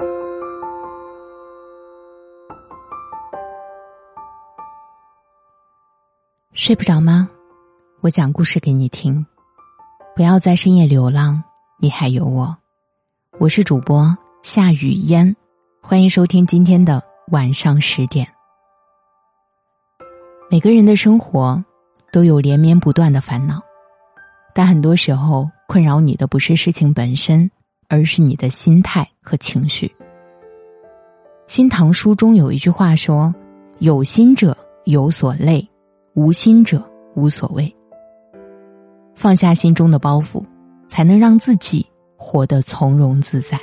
睡不着吗？我讲故事给你听。不要在深夜流浪，你还有我。我是主播夏雨嫣，欢迎收听今天的晚上10点。每个人的生活都有连绵不断的烦恼，但很多时候困扰你的不是事情本身，而是你的心态和情绪。新唐书中有一句话说，有心者有所累，无心者无所谓。放下心中的包袱，才能让自己活得从容自在。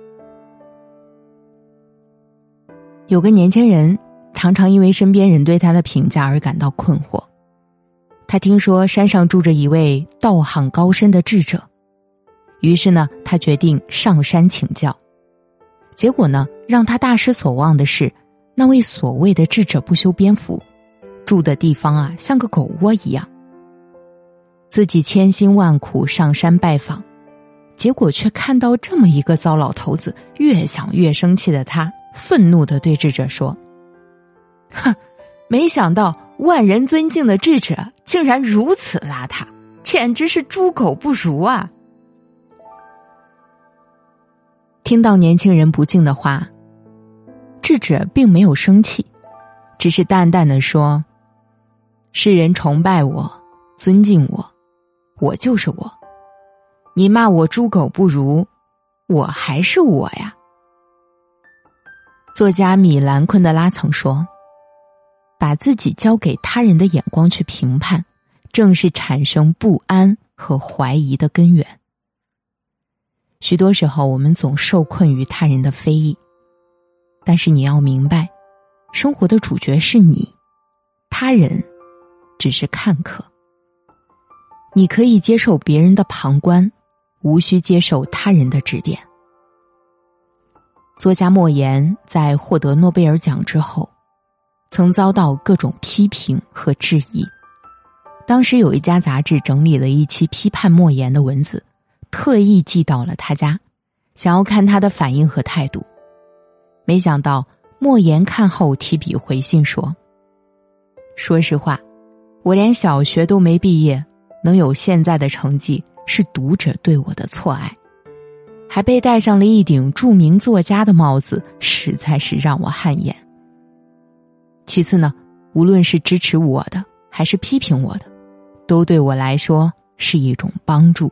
有个年轻人常常因为身边人对他的评价而感到困惑。他听说山上住着一位道行高深的智者，于是呢，他决定上山请教。结果呢，让他大失所望的是，那位所谓的智者不修边幅，住的地方像个狗窝一样。自己千辛万苦上山拜访，结果却看到这么一个糟老头子。越想越生气的他愤怒地对智者说，哼，没想到万人尊敬的智者竟然如此邋遢，简直是猪狗不如啊。听到年轻人不敬的话，智者并没有生气，只是淡淡地说，世人崇拜我，尊敬我，我就是我，你骂我猪狗不如，我还是我呀。作家米兰昆德拉曾说，把自己交给他人的眼光去评判，正是产生不安和怀疑的根源。许多时候我们总受困于他人的非议，但是你要明白，生活的主角是你，他人只是看客。你可以接受别人的旁观，无需接受他人的指点。作家莫言在获得诺贝尔奖之后，曾遭到各种批评和质疑。当时有一家杂志整理了一期批判莫言的文字，特意寄到了他家，想要看他的反应和态度。没想到莫言看后提笔回信说，说实话，我连小学都没毕业，能有现在的成绩是读者对我的错爱，还被戴上了一顶著名作家的帽子，实在是让我汗颜。其次呢，无论是支持我的还是批评我的，都对我来说是一种帮助。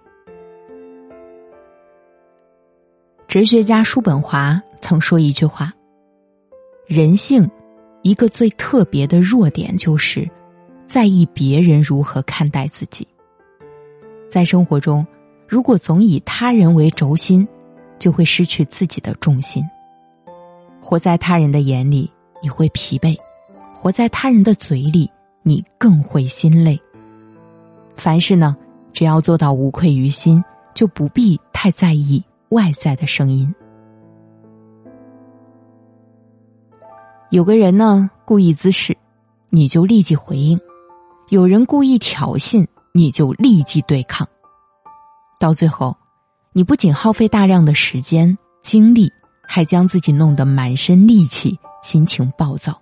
哲学家叔本华曾说一句话，人性一个最特别的弱点就是在意别人如何看待自己。在生活中，如果总以他人为轴心，就会失去自己的重心。活在他人的眼里，你会疲惫；活在他人的嘴里，你更会心累。凡事呢，只要做到无愧于心，就不必太在意外在的声音。有个人呢，故意滋事，你就立即回应；有人故意挑衅，你就立即对抗。到最后，你不仅耗费大量的时间精力，还将自己弄得满身戾气，心情暴躁。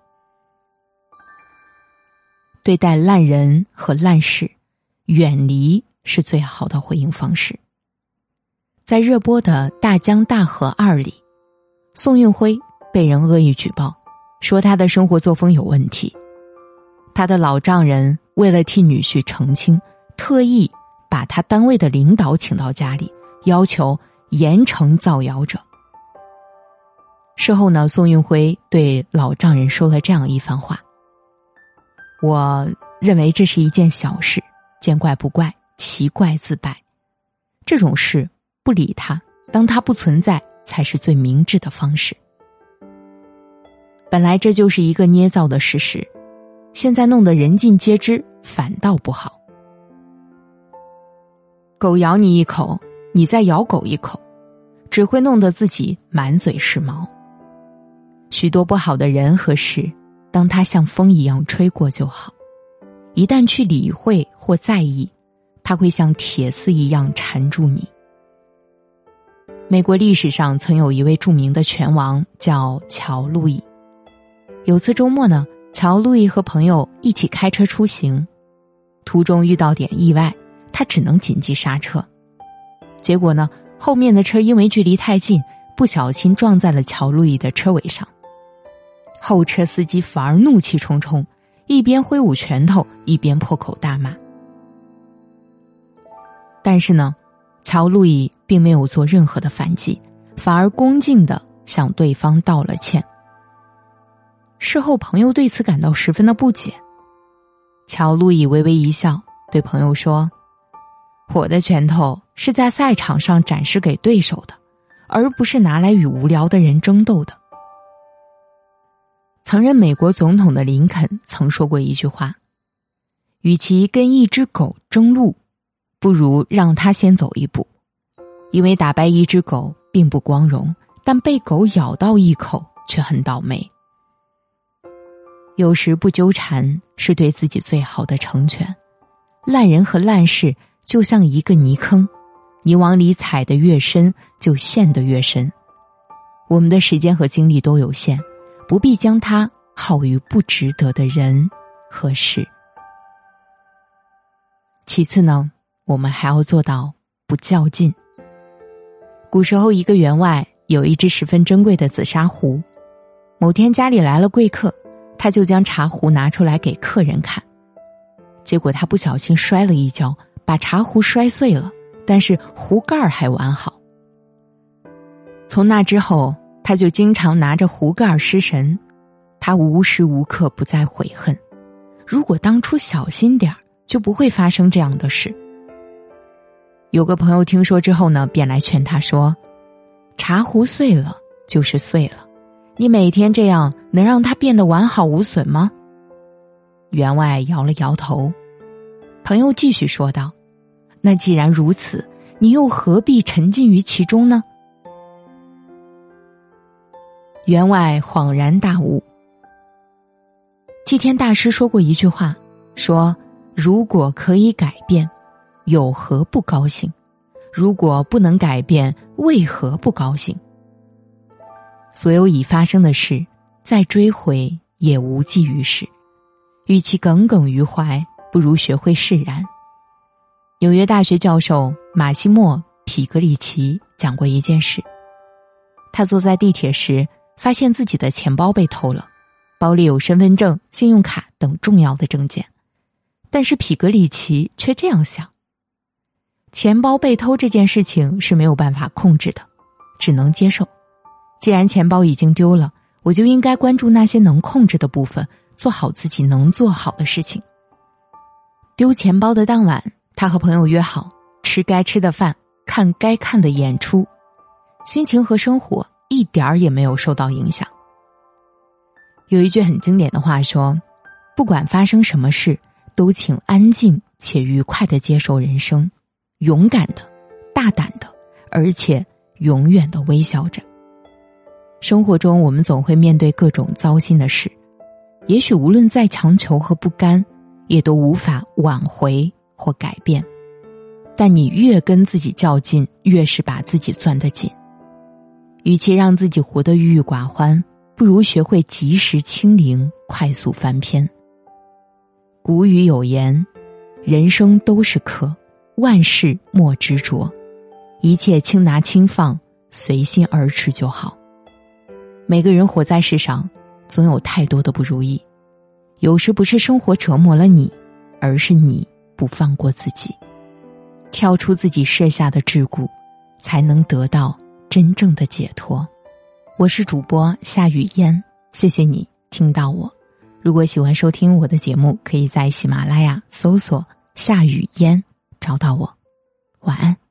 对待烂人和烂事，远离是最好的回应方式。在热播的《大江大河2》里，宋运辉被人恶意举报，说他的生活作风有问题。他的老丈人为了替女婿澄清，特意把他单位的领导请到家里，要求严惩造谣者。事后呢，宋运辉对老丈人说了这样一番话，我认为这是一件小事，见怪不怪，其怪自败。这种事不理他，当他不存在，才是最明智的方式。本来这就是一个捏造的事实，现在弄得人尽皆知，反倒不好。狗咬你一口，你再咬狗一口，只会弄得自己满嘴是毛。许多不好的人和事，当它像风一样吹过就好，一旦去理会或在意，它会像铁丝一样缠住你。 美国历史上曾有一位著名的拳王叫乔路易。有次周末呢，乔路易和朋友一起开车出行，途中遇到点意外，他只能紧急刹车。结果呢，后面的车因为距离太近，不小心撞在了乔路易的车尾上。后车司机反而怒气冲冲，一边挥舞拳头，一边破口大骂。但是呢，乔路易并没有做任何的反击，反而恭敬地向对方道了歉。事后朋友对此感到十分的不解，乔路易微微一笑，对朋友说，我的拳头是在赛场上展示给对手的，而不是拿来与无聊的人争斗的。曾任美国总统的林肯曾说过一句话，与其跟一只狗争路，不如让它先走一步，因为打败一只狗并不光荣，但被狗咬到一口却很倒霉。有时不纠缠是对自己最好的成全。烂人和烂事就像一个泥坑，你往里踩得越深，就陷得越深。我们的时间和精力都有限，不必将它耗于不值得的人和事。其次呢，我们还要做到不较劲。古时候一个员外有一只十分珍贵的紫砂壶，某天家里来了贵客，他就将茶壶拿出来给客人看，结果他不小心摔了一跤，把茶壶摔碎了，但是壶盖还完好。从那之后，他就经常拿着壶盖失神，他无时无刻不在悔恨，如果当初小心点，就不会发生这样的事。有个朋友听说之后呢，便来劝他说，茶壶碎了就是碎了，你每天这样能让它变得完好无损吗？员外摇了摇头。朋友继续说道，那既然如此，你又何必沉浸于其中呢？员外恍然大悟。祭天大师说过一句话，说如果可以改变，有何不高兴？如果不能改变，为何不高兴？所有已发生的事，再追回也无济于事，与其耿耿于怀，不如学会释然。纽约大学教授马西莫·皮格里奇讲过一件事，他坐在地铁时，发现自己的钱包被偷了，包里有身份证、信用卡等重要的证件。但是皮格里奇却这样想，钱包被偷这件事情是没有办法控制的，只能接受。既然钱包已经丢了，我就应该关注那些能控制的部分，做好自己能做好的事情。丢钱包的当晚，他和朋友约好吃该吃的饭，看该看的演出，心情和生活一点儿也没有受到影响。有一句很经典的话说，不管发生什么事，都请安静且愉快地接受人生，勇敢的、大胆的，而且永远地微笑着。生活中我们总会面对各种糟心的事，也许无论再强求和不甘，也都无法挽回或改变。但你越跟自己较劲，越是把自己攥得紧。与其让自己活得郁郁寡欢，不如学会及时清零，快速翻篇。古语有言，人生都是课，万事莫执着，一切轻拿轻放，随心而至就好。每个人活在世上，总有太多的不如意，有时不是生活折磨了你，而是你不放过自己。跳出自己设下的桎梏，才能得到真正的解脱。我是主播夏雨嫣，谢谢你听到我。如果喜欢收听我的节目，可以在喜马拉雅搜索夏雨嫣找到我。晚安。